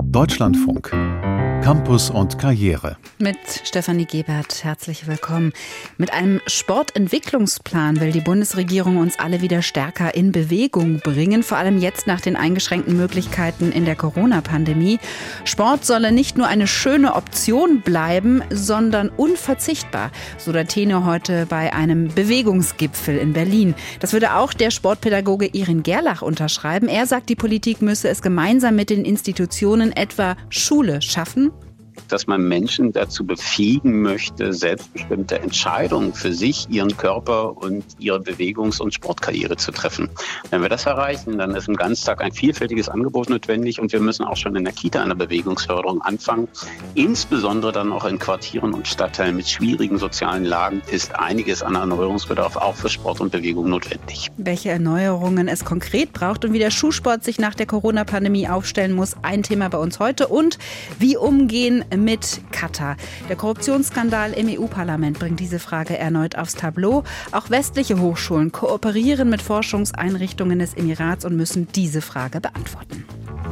Deutschlandfunk. Campus und Karriere. Mit Stefanie Gebert, herzlich willkommen. Mit einem Sportentwicklungsplan will die Bundesregierung uns alle wieder stärker in Bewegung bringen, vor allem jetzt nach den eingeschränkten Möglichkeiten in der Corona-Pandemie. Sport solle nicht nur eine schöne Option bleiben, sondern unverzichtbar, so der Tenor heute bei einem Bewegungsgipfel in Berlin. Das würde auch der Sportpädagoge Irin Gerlach unterschreiben. Er sagt, die Politik müsse es gemeinsam mit den Institutionen, etwa Schule, schaffen, dass man Menschen dazu befähigen möchte, selbstbestimmte Entscheidungen für sich, ihren Körper und ihre Bewegungs- und Sportkarriere zu treffen. Wenn wir das erreichen, dann ist im Ganztag ein vielfältiges Angebot notwendig und wir müssen auch schon in der Kita eine Bewegungsförderung anfangen. Insbesondere dann auch in Quartieren und Stadtteilen mit schwierigen sozialen Lagen ist einiges an Erneuerungsbedarf auch für Sport und Bewegung notwendig. Welche Erneuerungen es konkret braucht und wie der Schulsport sich nach der Corona-Pandemie aufstellen muss, ein Thema bei uns heute. Und wie umgehen mit Katar. Der Korruptionsskandal im EU-Parlament bringt diese Frage erneut aufs Tableau. Auch westliche Hochschulen kooperieren mit Forschungseinrichtungen des Emirats und müssen diese Frage beantworten.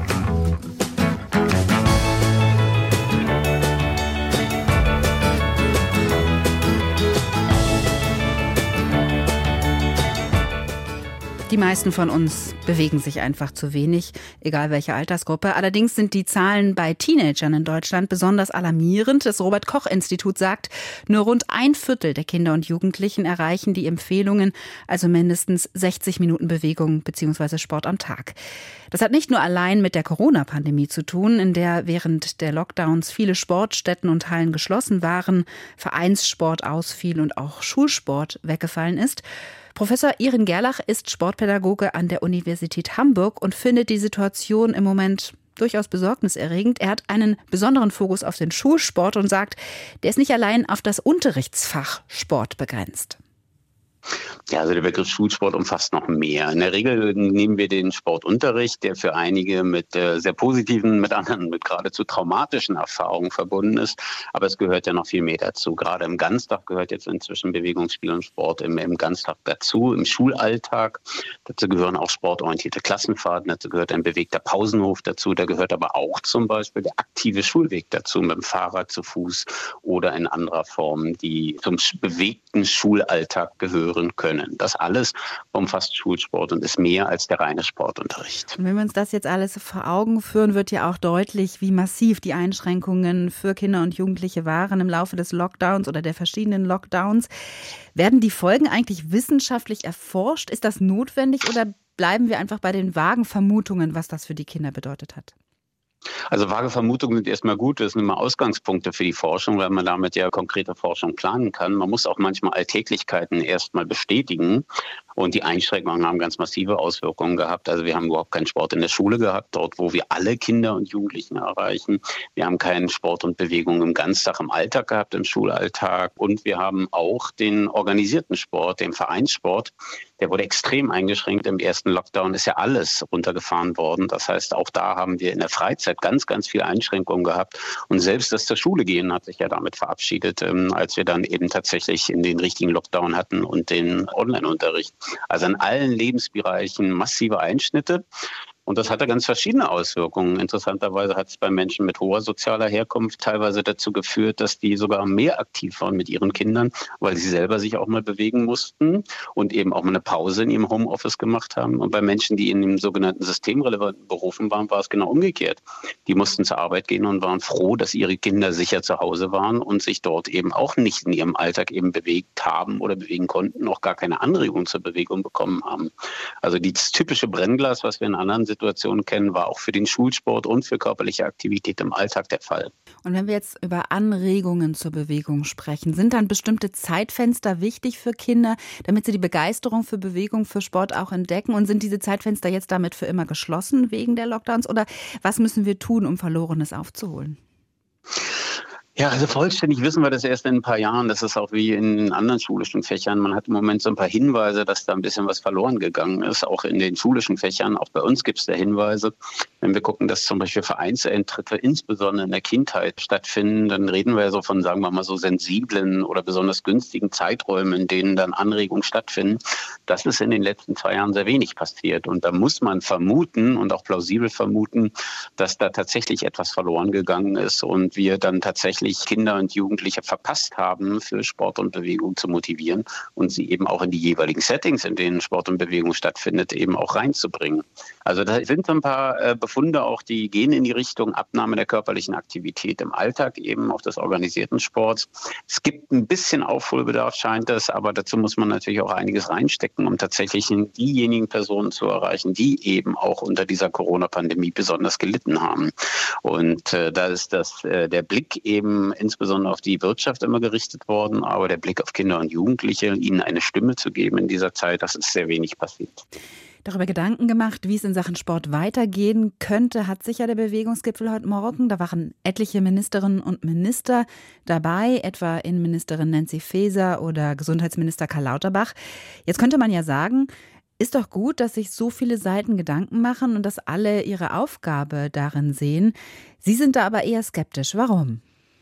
Die meisten von uns bewegen sich einfach zu wenig, egal welche Altersgruppe. Allerdings sind die Zahlen bei Teenagern in Deutschland besonders alarmierend. Das Robert-Koch-Institut sagt, nur rund 1/4 der Kinder und Jugendlichen erreichen die Empfehlungen, also mindestens 60 Minuten Bewegung bzw. Sport am Tag. Das hat nicht nur allein mit der Corona-Pandemie zu tun, in der während der Lockdowns viele Sportstätten und Hallen geschlossen waren, Vereinssport ausfiel und auch Schulsport weggefallen ist. Professor Irin Gerlach ist Sportpädagoge an der Universität Hamburg und findet die Situation im Moment durchaus besorgniserregend. Er hat einen besonderen Fokus auf den Schulsport und sagt, der ist nicht allein auf das Unterrichtsfach Sport begrenzt. Ja, also der Begriff Schulsport umfasst noch mehr. In der Regel nehmen wir den Sportunterricht, der für einige mit sehr positiven, mit anderen mit geradezu traumatischen Erfahrungen verbunden ist. Aber es gehört ja noch viel mehr dazu. Gerade im Ganztag gehört jetzt inzwischen Bewegung, Spiel und Sport im Ganztag dazu, im Schulalltag. Dazu gehören auch sportorientierte Klassenfahrten, dazu gehört ein bewegter Pausenhof dazu. Da gehört aber auch zum Beispiel der aktive Schulweg dazu, mit dem Fahrrad, zu Fuß oder in anderer Form, die zum bewegten Schulalltag gehören können. Das alles umfasst Schulsport und ist mehr als der reine Sportunterricht. Und wenn wir uns das jetzt alles vor Augen führen, wird ja auch deutlich, wie massiv die Einschränkungen für Kinder und Jugendliche waren im Laufe des Lockdowns oder der verschiedenen Lockdowns. Werden die Folgen eigentlich wissenschaftlich erforscht? Ist das notwendig oder bleiben wir einfach bei den vagen Vermutungen, was das für die Kinder bedeutet hat? Also vage Vermutungen sind erstmal gut, das sind immer Ausgangspunkte für die Forschung, weil man damit ja konkrete Forschung planen kann. Man muss auch manchmal Alltäglichkeiten erstmal bestätigen und die Einschränkungen haben ganz massive Auswirkungen gehabt. Also wir haben überhaupt keinen Sport in der Schule gehabt, dort wo wir alle Kinder und Jugendlichen erreichen. Wir haben keinen Sport und Bewegung im Ganztag im Alltag gehabt, im Schulalltag und wir haben auch den organisierten Sport, den Vereinssport. Der wurde extrem eingeschränkt. Im ersten Lockdown ist ja alles runtergefahren worden. Das heißt, auch da haben wir in der Freizeit ganz, ganz viele Einschränkungen gehabt. Und selbst das zur Schule gehen hat sich ja damit verabschiedet, als wir dann eben tatsächlich in den richtigen Lockdown hatten und den Online-Unterricht. Also in allen Lebensbereichen massive Einschnitte. Und das hatte ganz verschiedene Auswirkungen. Interessanterweise hat es bei Menschen mit hoher sozialer Herkunft teilweise dazu geführt, dass die sogar mehr aktiv waren mit ihren Kindern, weil sie selber sich auch mal bewegen mussten und eben auch mal eine Pause in ihrem Homeoffice gemacht haben. Und bei Menschen, die in den sogenannten systemrelevanten Berufen waren, war es genau umgekehrt. Die mussten zur Arbeit gehen und waren froh, dass ihre Kinder sicher zu Hause waren und sich dort eben auch nicht in ihrem Alltag eben bewegt haben oder bewegen konnten, auch gar keine Anregung zur Bewegung bekommen haben. Also das typische Brennglas, was wir in anderen Situationen kennen, war auch für den Schulsport und für körperliche Aktivität im Alltag der Fall. Und wenn wir jetzt über Anregungen zur Bewegung sprechen, sind dann bestimmte Zeitfenster wichtig für Kinder, damit sie die Begeisterung für Bewegung, für Sport auch entdecken? Und sind diese Zeitfenster jetzt damit für immer geschlossen wegen der Lockdowns? Oder was müssen wir tun, um Verlorenes aufzuholen? Ja, also vollständig wissen wir das erst in ein paar Jahren. Das ist auch wie in anderen schulischen Fächern. Man hat im Moment so ein paar Hinweise, dass da ein bisschen was verloren gegangen ist, auch in den schulischen Fächern. Auch bei uns gibt es da Hinweise. Wenn wir gucken, dass zum Beispiel Vereinseintritte insbesondere in der Kindheit stattfinden, dann reden wir ja so von, sagen wir mal, so sensiblen oder besonders günstigen Zeiträumen, in denen dann Anregungen stattfinden. Das ist in den letzten 2 Jahren sehr wenig passiert. Und da muss man vermuten und auch plausibel vermuten, dass da tatsächlich etwas verloren gegangen ist und wir dann tatsächlich Kinder und Jugendliche verpasst haben, für Sport und Bewegung zu motivieren und sie eben auch in die jeweiligen Settings, in denen Sport und Bewegung stattfindet, eben auch reinzubringen. Also da sind so ein paar Befunde auch, die gehen in die Richtung Abnahme der körperlichen Aktivität im Alltag, eben auch des organisierten Sports. Es gibt ein bisschen Aufholbedarf, scheint es, aber dazu muss man natürlich auch einiges reinstecken, um tatsächlich diejenigen Personen zu erreichen, die eben auch unter dieser Corona-Pandemie besonders gelitten haben. Und da ist der Blick eben insbesondere auf die Wirtschaft immer gerichtet worden, aber der Blick auf Kinder und Jugendliche, ihnen eine Stimme zu geben in dieser Zeit, das ist sehr wenig passiert. Darüber Gedanken gemacht, wie es in Sachen Sport weitergehen könnte, hat sich ja der Bewegungsgipfel heute Morgen. Da waren etliche Ministerinnen und Minister dabei, etwa Innenministerin Nancy Faeser oder Gesundheitsminister Karl Lauterbach. Jetzt könnte man ja sagen, ist doch gut, dass sich so viele Seiten Gedanken machen und dass alle ihre Aufgabe darin sehen. Sie sind da aber eher skeptisch. Warum?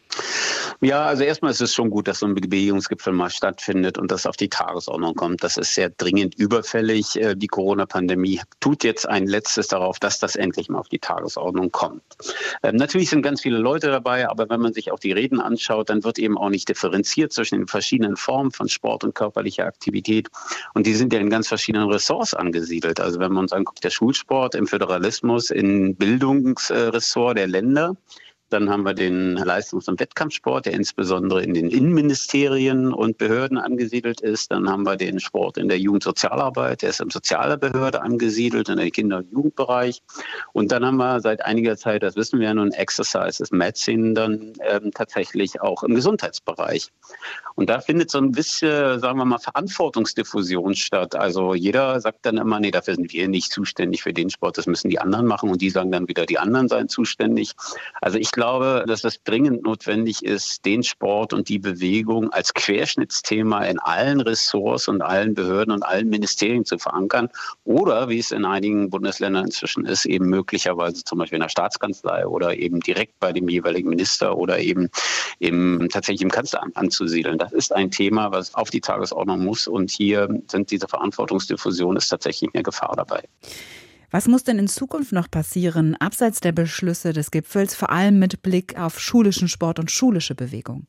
Ja, also erstmal ist es schon gut, dass so ein Bewegungsgipfel mal stattfindet und das auf die Tagesordnung kommt. Das ist sehr dringend überfällig. Die Corona-Pandemie tut jetzt ein Letztes darauf, dass das endlich mal auf die Tagesordnung kommt. Natürlich sind ganz viele Leute dabei, aber wenn man sich auch die Reden anschaut, dann wird eben auch nicht differenziert zwischen den verschiedenen Formen von Sport und körperlicher Aktivität. Und die sind ja in ganz verschiedenen Ressorts angesiedelt. Also wenn man uns anguckt, der Schulsport im Föderalismus, im Bildungsressort der Länder. Dann haben wir den Leistungs- und Wettkampfsport, der insbesondere in den Innenministerien und Behörden angesiedelt ist. Dann haben wir den Sport in der Jugendsozialarbeit, der ist im Sozialbehörde angesiedelt, in der Kinder- und Jugendbereich. Und dann haben wir seit einiger Zeit, das wissen wir ja nun, Exercises Medicine dann tatsächlich auch im Gesundheitsbereich. Und da findet so ein bisschen, sagen wir mal, Verantwortungsdiffusion statt. Also jeder sagt dann immer, nee, dafür sind wir nicht zuständig für den Sport, das müssen die anderen machen. Und die sagen dann wieder, die anderen seien zuständig. Also ich glaube, dass es dringend notwendig ist, den Sport und die Bewegung als Querschnittsthema in allen Ressorts und allen Behörden und allen Ministerien zu verankern. Oder, wie es in einigen Bundesländern inzwischen ist, eben möglicherweise zum Beispiel in der Staatskanzlei oder eben direkt bei dem jeweiligen Minister oder eben tatsächlich im Kanzleramt anzusiedeln. Das ist ein Thema, was auf die Tagesordnung muss. Und hier sind diese Verantwortungsdiffusion ist tatsächlich eine Gefahr dabei. Was muss denn in Zukunft noch passieren, abseits der Beschlüsse des Gipfels, vor allem mit Blick auf schulischen Sport und schulische Bewegung?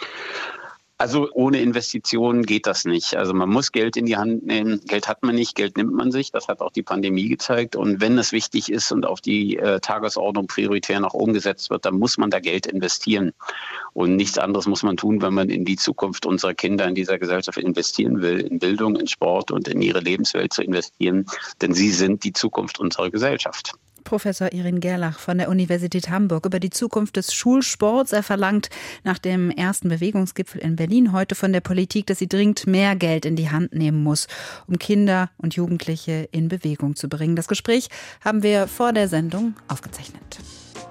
Also ohne Investitionen geht das nicht. Also man muss Geld in die Hand nehmen. Geld hat man nicht, Geld nimmt man sich. Das hat auch die Pandemie gezeigt. Und wenn es wichtig ist und auf die Tagesordnung prioritär nach oben gesetzt wird, dann muss man da Geld investieren. Und nichts anderes muss man tun, wenn man in die Zukunft unserer Kinder in dieser Gesellschaft investieren will, in Bildung, in Sport und in ihre Lebenswelt zu investieren. Denn sie sind die Zukunft unserer Gesellschaft. Professor Irin Gerlach von der Universität Hamburg über die Zukunft des Schulsports. Er verlangt nach dem ersten Bewegungsgipfel in Berlin heute von der Politik, dass sie dringend mehr Geld in die Hand nehmen muss, um Kinder und Jugendliche in Bewegung zu bringen. Das Gespräch haben wir vor der Sendung aufgezeichnet.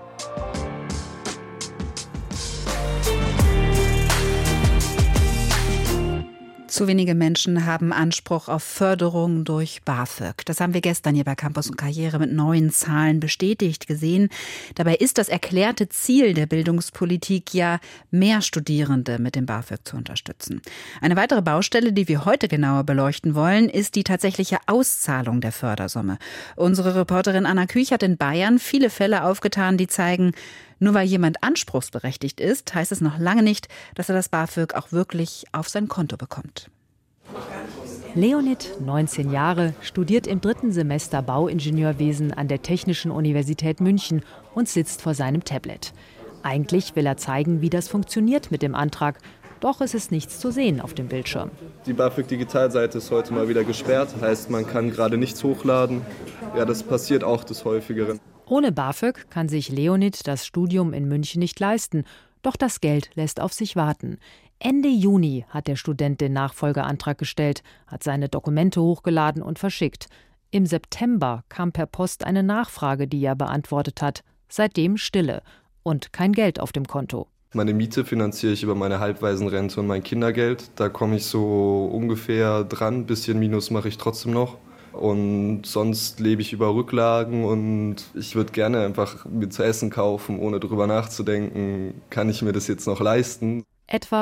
Zu wenige Menschen haben Anspruch auf Förderung durch BAföG. Das haben wir gestern hier bei Campus und Karriere mit neuen Zahlen bestätigt gesehen. Dabei ist das erklärte Ziel der Bildungspolitik ja, mehr Studierende mit dem BAföG zu unterstützen. Eine weitere Baustelle, die wir heute genauer beleuchten wollen, ist die tatsächliche Auszahlung der Fördersumme. Unsere Reporterin Anna Küch hat in Bayern viele Fälle aufgetan, die zeigen, nur weil jemand anspruchsberechtigt ist, heißt es noch lange nicht, dass er das BAföG auch wirklich auf sein Konto bekommt. Leonid, 19 Jahre, studiert im 3. Semester Bauingenieurwesen an der Technischen Universität München und sitzt vor seinem Tablet. Eigentlich will er zeigen, wie das funktioniert mit dem Antrag. Doch es ist nichts zu sehen auf dem Bildschirm. Die BAföG-Digitalseite ist heute mal wieder gesperrt, heißt, man kann gerade nichts hochladen. Ja, das passiert auch des Häufigeren. Ohne BAföG kann sich Leonid das Studium in München nicht leisten. Doch das Geld lässt auf sich warten. Ende Juni hat der Student den Nachfolgeantrag gestellt, hat seine Dokumente hochgeladen und verschickt. Im September kam per Post eine Nachfrage, die er beantwortet hat. Seitdem Stille und kein Geld auf dem Konto. Meine Miete finanziere ich über meine Halbwaisenrente und mein Kindergeld. Da komme ich so ungefähr dran, bisschen Minus mache ich trotzdem noch. Und sonst lebe ich über Rücklagen und ich würde gerne einfach mir zu essen kaufen, ohne drüber nachzudenken, kann ich mir das jetzt noch leisten? Etwa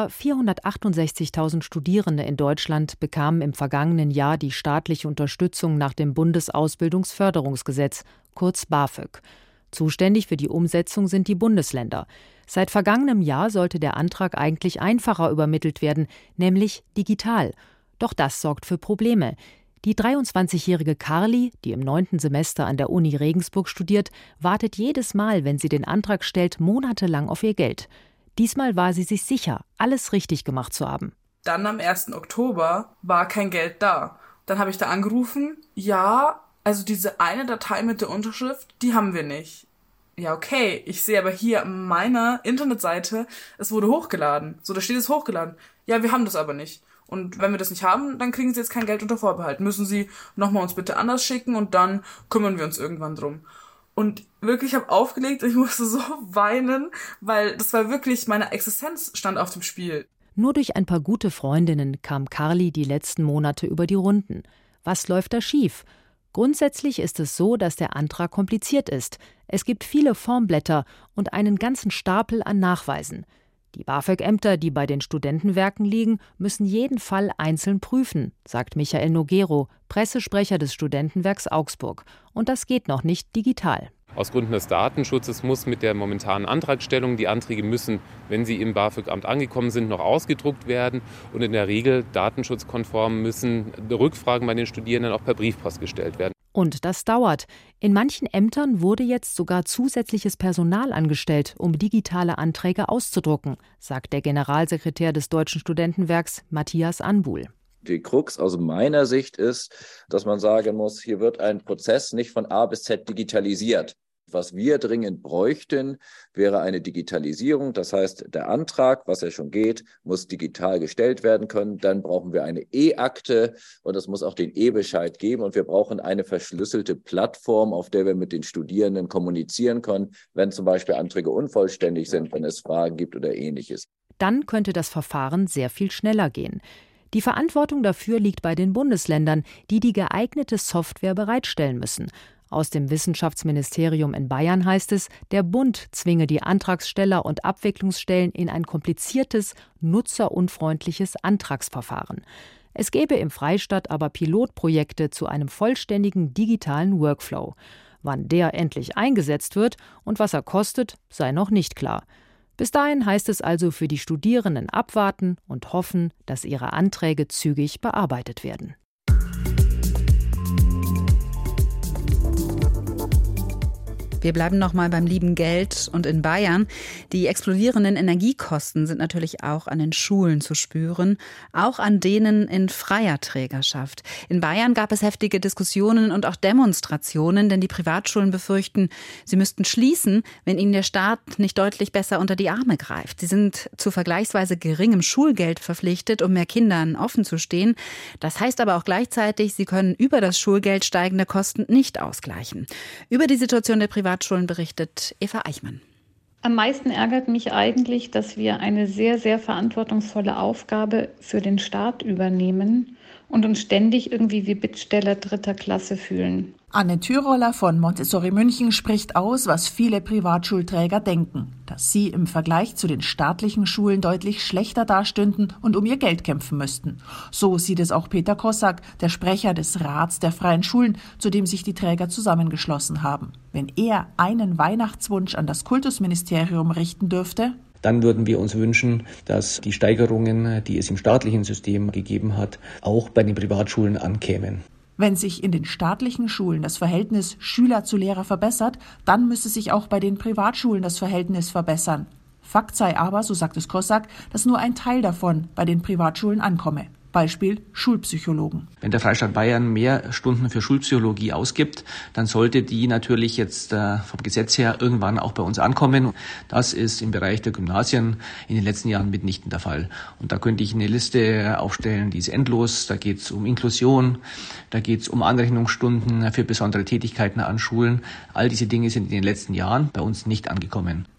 468.000 Studierende in Deutschland bekamen im vergangenen Jahr die staatliche Unterstützung nach dem Bundesausbildungsförderungsgesetz, kurz BAföG. Zuständig für die Umsetzung sind die Bundesländer. Seit vergangenem Jahr sollte der Antrag eigentlich einfacher übermittelt werden, nämlich digital. Doch das sorgt für Probleme. Die 23-jährige Carly, die im 9. Semester an der Uni Regensburg studiert, wartet jedes Mal, wenn sie den Antrag stellt, monatelang auf ihr Geld. Diesmal war sie sich sicher, alles richtig gemacht zu haben. Dann am 1. Oktober war kein Geld da. Dann habe ich da angerufen, ja, also diese eine Datei mit der Unterschrift, die haben wir nicht. Ja, okay, ich sehe aber hier an meiner Internetseite, es wurde hochgeladen. So, da steht es hochgeladen. Ja, wir haben das aber nicht. Und wenn wir das nicht haben, dann kriegen Sie jetzt kein Geld unter Vorbehalt. Müssen Sie nochmal uns bitte anders schicken und dann kümmern wir uns irgendwann drum. Und wirklich, ich habe aufgelegt und ich musste so weinen, weil das war wirklich, meine Existenz stand auf dem Spiel. Nur durch ein paar gute Freundinnen kam Carly die letzten Monate über die Runden. Was läuft da schief? Grundsätzlich ist es so, dass der Antrag kompliziert ist. Es gibt viele Formblätter und einen ganzen Stapel an Nachweisen. Die BAföG-Ämter, die bei den Studentenwerken liegen, müssen jeden Fall einzeln prüfen, sagt Michael Nogero, Pressesprecher des Studentenwerks Augsburg. Und das geht noch nicht digital. Aus Gründen des Datenschutzes muss mit der momentanen Antragstellung, die Anträge müssen, wenn sie im BAföG-Amt angekommen sind, noch ausgedruckt werden. Und in der Regel datenschutzkonform müssen Rückfragen bei den Studierenden auch per Briefpost gestellt werden. Und das dauert. In manchen Ämtern wurde jetzt sogar zusätzliches Personal angestellt, um digitale Anträge auszudrucken, sagt der Generalsekretär des Deutschen Studentenwerks Matthias Anbuhl. Die Krux aus meiner Sicht ist, dass man sagen muss, hier wird ein Prozess nicht von A bis Z digitalisiert. Was wir dringend bräuchten, wäre eine Digitalisierung. Das heißt, der Antrag, was ja schon geht, muss digital gestellt werden können. Dann brauchen wir eine E-Akte und es muss auch den E-Bescheid geben. Und wir brauchen eine verschlüsselte Plattform, auf der wir mit den Studierenden kommunizieren können, wenn zum Beispiel Anträge unvollständig sind, wenn es Fragen gibt oder Ähnliches. Dann könnte das Verfahren sehr viel schneller gehen. Die Verantwortung dafür liegt bei den Bundesländern, die die geeignete Software bereitstellen müssen. Aus dem Wissenschaftsministerium in Bayern heißt es, der Bund zwinge die Antragsteller und Abwicklungsstellen in ein kompliziertes, nutzerunfreundliches Antragsverfahren. Es gäbe im Freistaat aber Pilotprojekte zu einem vollständigen digitalen Workflow. Wann der endlich eingesetzt wird und was er kostet, sei noch nicht klar. Bis dahin heißt es also für die Studierenden abwarten und hoffen, dass ihre Anträge zügig bearbeitet werden. Wir bleiben noch mal beim lieben Geld und in Bayern. Die explodierenden Energiekosten sind natürlich auch an den Schulen zu spüren, auch an denen in freier Trägerschaft. In Bayern gab es heftige Diskussionen und auch Demonstrationen, denn die Privatschulen befürchten, sie müssten schließen, wenn ihnen der Staat nicht deutlich besser unter die Arme greift. Sie sind zu vergleichsweise geringem Schulgeld verpflichtet, um mehr Kindern offen zu stehen. Das heißt aber auch gleichzeitig, sie können über das Schulgeld steigende Kosten nicht ausgleichen. Über die Situation der Privatschulen berichtet Eva Eichmann. Am meisten ärgert mich eigentlich, dass wir eine sehr, sehr verantwortungsvolle Aufgabe für den Staat übernehmen und uns ständig irgendwie wie Bittsteller dritter Klasse fühlen. Anne Thüroller von Montessori München spricht aus, was viele Privatschulträger denken, dass sie im Vergleich zu den staatlichen Schulen deutlich schlechter dastünden und um ihr Geld kämpfen müssten. So sieht es auch Peter Kossak, der Sprecher des Rats der freien Schulen, zu dem sich die Träger zusammengeschlossen haben. Wenn er einen Weihnachtswunsch an das Kultusministerium richten dürfte: Dann würden wir uns wünschen, dass die Steigerungen, die es im staatlichen System gegeben hat, auch bei den Privatschulen ankämen. Wenn sich in den staatlichen Schulen das Verhältnis Schüler zu Lehrer verbessert, dann müsse sich auch bei den Privatschulen das Verhältnis verbessern. Fakt sei aber, so sagt es Kossak, dass nur ein Teil davon bei den Privatschulen ankomme. Beispiel Schulpsychologen. Wenn der Freistaat Bayern mehr Stunden für Schulpsychologie ausgibt, dann sollte die natürlich jetzt vom Gesetz her irgendwann auch bei uns ankommen. Das ist im Bereich der Gymnasien in den letzten Jahren mitnichten der Fall. Und da könnte ich eine Liste aufstellen, die ist endlos. Da geht es um Inklusion, da geht es um Anrechnungsstunden für besondere Tätigkeiten an Schulen. All diese Dinge sind in den letzten Jahren bei uns nicht angekommen.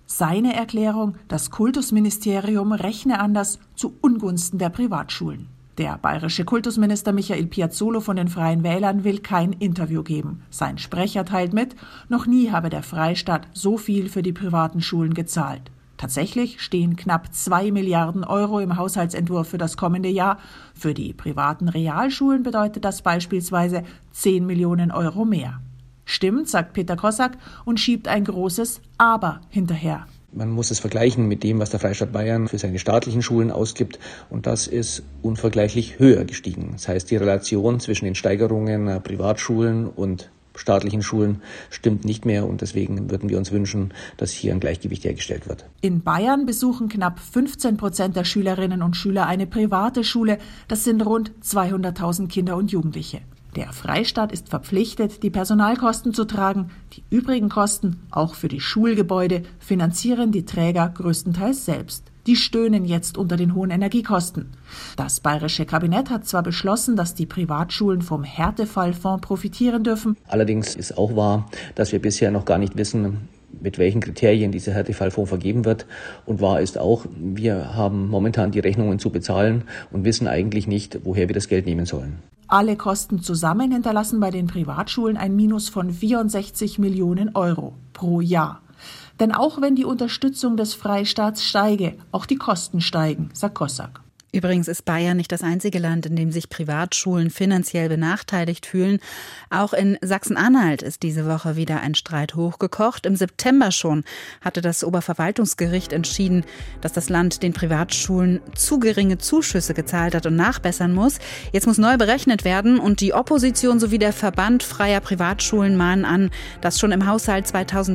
Seine Erklärung, das Kultusministerium rechne anders zu Ungunsten der Privatschulen. Der bayerische Kultusminister Michael Piazzolo von den Freien Wählern will kein Interview geben. Sein Sprecher teilt mit, noch nie habe der Freistaat so viel für die privaten Schulen gezahlt. Tatsächlich stehen knapp 2 Milliarden Euro im Haushaltsentwurf für das kommende Jahr. Für die privaten Realschulen bedeutet das beispielsweise 10 Millionen Euro mehr. Stimmt, sagt Peter Kossak und schiebt ein großes Aber hinterher. Man muss es vergleichen mit dem, was der Freistaat Bayern für seine staatlichen Schulen ausgibt. Und das ist unvergleichlich höher gestiegen. Das heißt, die Relation zwischen den Steigerungen Privatschulen und staatlichen Schulen stimmt nicht mehr. Und deswegen würden wir uns wünschen, dass hier ein Gleichgewicht hergestellt wird. In Bayern besuchen knapp 15% der Schülerinnen und Schüler eine private Schule. Das sind rund 200.000 Kinder und Jugendliche. Der Freistaat ist verpflichtet, die Personalkosten zu tragen. Die übrigen Kosten, auch für die Schulgebäude, finanzieren die Träger größtenteils selbst. Die stöhnen jetzt unter den hohen Energiekosten. Das bayerische Kabinett hat zwar beschlossen, dass die Privatschulen vom Härtefallfonds profitieren dürfen. Allerdings ist auch wahr, dass wir bisher noch gar nicht wissen, mit welchen Kriterien dieser Härtefallfonds vergeben wird. Und wahr ist auch, wir haben momentan die Rechnungen zu bezahlen und wissen eigentlich nicht, woher wir das Geld nehmen sollen. Alle Kosten zusammen hinterlassen bei den Privatschulen ein Minus von 64 Millionen Euro pro Jahr. Denn auch wenn die Unterstützung des Freistaats steige, auch die Kosten steigen, sagt Kossak. Übrigens ist Bayern nicht das einzige Land, in dem sich Privatschulen finanziell benachteiligt fühlen. Auch in Sachsen-Anhalt ist diese Woche wieder ein Streit hochgekocht. Im September schon hatte das Oberverwaltungsgericht entschieden, dass das Land den Privatschulen zu geringe Zuschüsse gezahlt hat und nachbessern muss. Jetzt muss neu berechnet werden und die Opposition sowie der Verband freier Privatschulen mahnen an, dass schon im Haushalt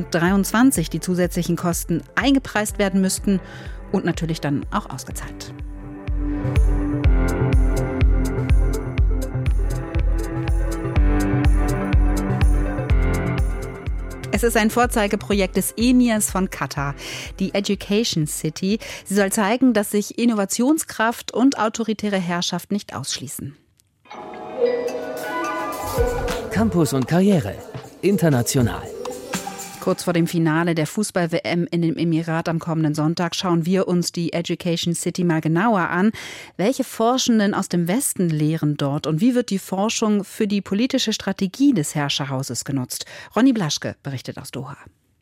2023 die zusätzlichen Kosten eingepreist werden müssten und natürlich dann auch ausgezahlt. Es ist ein Vorzeigeprojekt des Emirs von Katar, die Education City. Sie soll zeigen, dass sich Innovationskraft und autoritäre Herrschaft nicht ausschließen. Campus und Karriere. International. Kurz vor dem Finale der Fußball-WM in dem Emirat am kommenden Sonntag schauen wir uns die Education City mal genauer an. Welche Forschenden aus dem Westen lehren dort und wie wird die Forschung für die politische Strategie des Herrscherhauses genutzt? Ronny Blaschke berichtet aus Doha.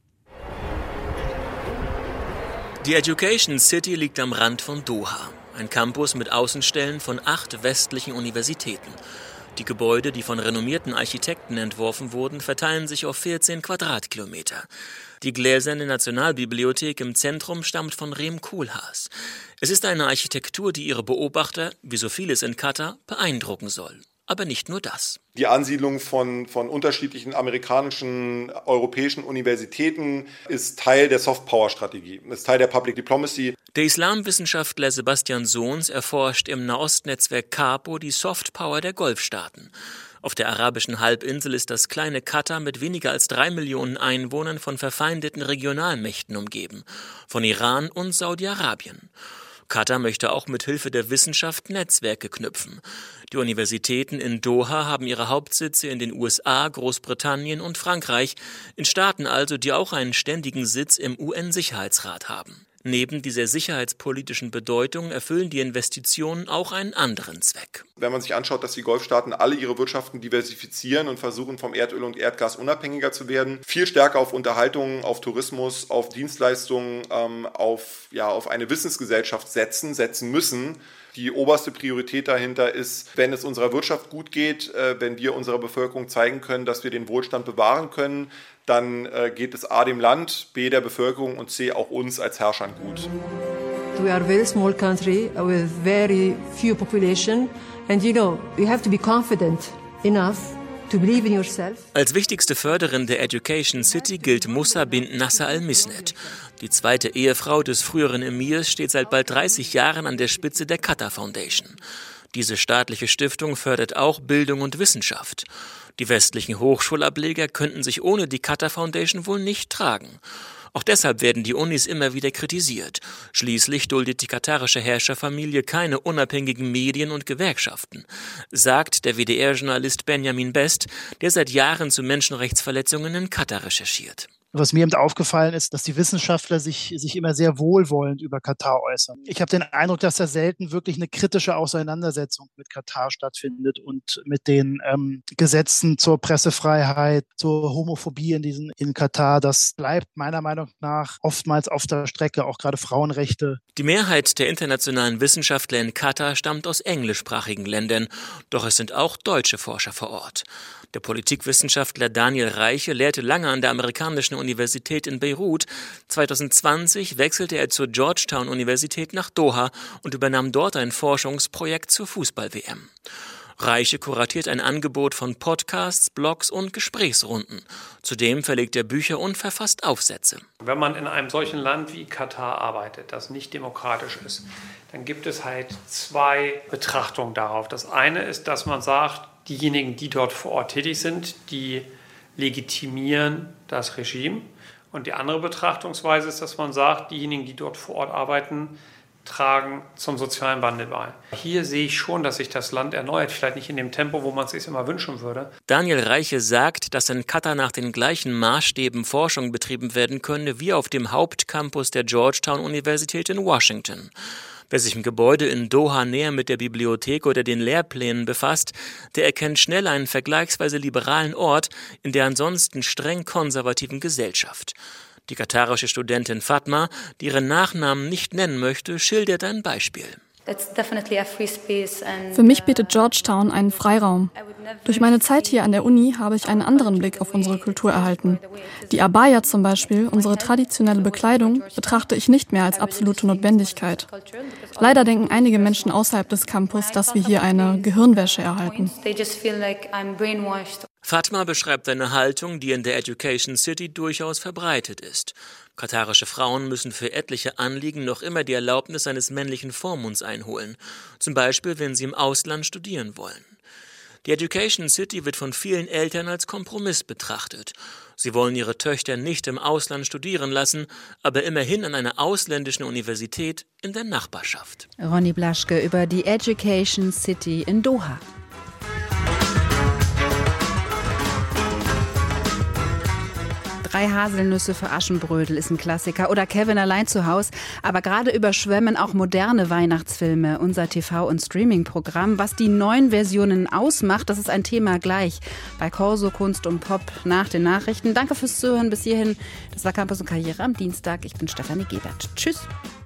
Die Education City liegt am Rand von Doha. Ein Campus mit Außenstellen von 8 westlichen Universitäten. Die Gebäude, die von renommierten Architekten entworfen wurden, verteilen sich auf 14 Quadratkilometer. Die gläserne Nationalbibliothek im Zentrum stammt von Rem Koolhaas. Es ist eine Architektur, die ihre Beobachter, wie so vieles in Katar, beeindrucken soll. Aber nicht nur das. Die Ansiedlung von unterschiedlichen amerikanischen, europäischen Universitäten ist Teil der Soft-Power-Strategie, ist Teil der Public Diplomacy. Der Islamwissenschaftler Sebastian Sohns erforscht im Nahostnetzwerk CAPO die Soft-Power der Golfstaaten. Auf der arabischen Halbinsel ist das kleine Katar mit weniger als 3 Millionen Einwohnern von verfeindeten Regionalmächten umgeben, von Iran und Saudi-Arabien. Katar möchte auch mit Hilfe der Wissenschaft Netzwerke knüpfen. Die Universitäten in Doha haben ihre Hauptsitze in den USA, Großbritannien und Frankreich, in Staaten also, die auch einen ständigen Sitz im UN-Sicherheitsrat haben. Neben dieser sicherheitspolitischen Bedeutung erfüllen die Investitionen auch einen anderen Zweck. Wenn man sich anschaut, dass die Golfstaaten alle ihre Wirtschaften diversifizieren und versuchen, vom Erdöl und Erdgas unabhängiger zu werden, viel stärker auf Unterhaltung, auf Tourismus, auf Dienstleistungen, auf eine Wissensgesellschaft setzen müssen. Die oberste Priorität dahinter ist, wenn es unserer Wirtschaft gut geht, wenn wir unserer Bevölkerung zeigen können, dass wir den Wohlstand bewahren können, dann geht es A dem Land, B der Bevölkerung und C auch uns als Herrschern gut. We are a very small country with very few population and you have to be confident enough to believe in yourself. Als wichtigste Förderin der Education City gilt Musa bint Nasser al-Misnet. Die zweite Ehefrau des früheren Emirs steht seit bald 30 Jahren an der Spitze der Qatar Foundation. Diese staatliche Stiftung fördert auch Bildung und Wissenschaft. Die westlichen Hochschulableger könnten sich ohne die Qatar Foundation wohl nicht tragen. Auch deshalb werden die Unis immer wieder kritisiert. Schließlich duldet die katarische Herrscherfamilie keine unabhängigen Medien und Gewerkschaften, sagt der WDR-Journalist Benjamin Best, der seit Jahren zu Menschenrechtsverletzungen in Katar recherchiert. Was mir eben aufgefallen ist, dass die Wissenschaftler sich immer sehr wohlwollend über Katar äußern. Ich habe den Eindruck, dass da selten wirklich eine kritische Auseinandersetzung mit Katar stattfindet und mit den Gesetzen zur Pressefreiheit, zur Homophobie in Katar. Das bleibt meiner Meinung nach oftmals auf der Strecke, auch gerade Frauenrechte. Die Mehrheit der internationalen Wissenschaftler in Katar stammt aus englischsprachigen Ländern, doch es sind auch deutsche Forscher vor Ort. Der Politikwissenschaftler Daniel Reiche lehrte lange an der amerikanischen Universität in Beirut. 2020 wechselte er zur Georgetown-Universität nach Doha und übernahm dort ein Forschungsprojekt zur Fußball-WM. Reiche kuratiert ein Angebot von Podcasts, Blogs und Gesprächsrunden. Zudem verlegt er Bücher und verfasst Aufsätze. Wenn man in einem solchen Land wie Katar arbeitet, das nicht demokratisch ist, dann gibt es halt zwei Betrachtungen darauf. Das eine ist, dass man sagt, diejenigen, die dort vor Ort tätig sind, die legitimieren das Regime. Und die andere Betrachtungsweise ist, dass man sagt, diejenigen, die dort vor Ort arbeiten, tragen zum sozialen Wandel bei. Hier sehe ich schon, dass sich das Land erneuert, vielleicht nicht in dem Tempo, wo man es sich immer wünschen würde. Daniel Reiche sagt, dass in Katar nach den gleichen Maßstäben Forschung betrieben werden könne wie auf dem Hauptcampus der Georgetown-Universität in Washington. Wer sich im Gebäude in Doha näher mit der Bibliothek oder den Lehrplänen befasst, der erkennt schnell einen vergleichsweise liberalen Ort in der ansonsten streng konservativen Gesellschaft. Die katarische Studentin Fatma, die ihren Nachnamen nicht nennen möchte, schildert ein Beispiel. Für mich bietet Georgetown einen Freiraum. Durch meine Zeit hier an der Uni habe ich einen anderen Blick auf unsere Kultur erhalten. Die Abaya zum Beispiel, unsere traditionelle Bekleidung, betrachte ich nicht mehr als absolute Notwendigkeit. Leider denken einige Menschen außerhalb des Campus, dass wir hier eine Gehirnwäsche erhalten. Fatma beschreibt eine Haltung, die in der Education City durchaus verbreitet ist. Katarische Frauen müssen für etliche Anliegen noch immer die Erlaubnis eines männlichen Vormunds einholen, zum Beispiel wenn sie im Ausland studieren wollen. Die Education City wird von vielen Eltern als Kompromiss betrachtet. Sie wollen ihre Töchter nicht im Ausland studieren lassen, aber immerhin an einer ausländischen Universität in der Nachbarschaft. Ronny Blaschke über die Education City in Doha. Drei Haselnüsse für Aschenbrödel ist ein Klassiker oder Kevin allein zu Haus. Aber gerade überschwemmen auch moderne Weihnachtsfilme unser TV- und Streaming-Programm. Was die neuen Versionen ausmacht, das ist ein Thema gleich bei Corso Kunst und Pop nach den Nachrichten. Danke fürs Zuhören bis hierhin. Das war Campus und Karriere am Dienstag. Ich bin Stefanie Gebert. Tschüss.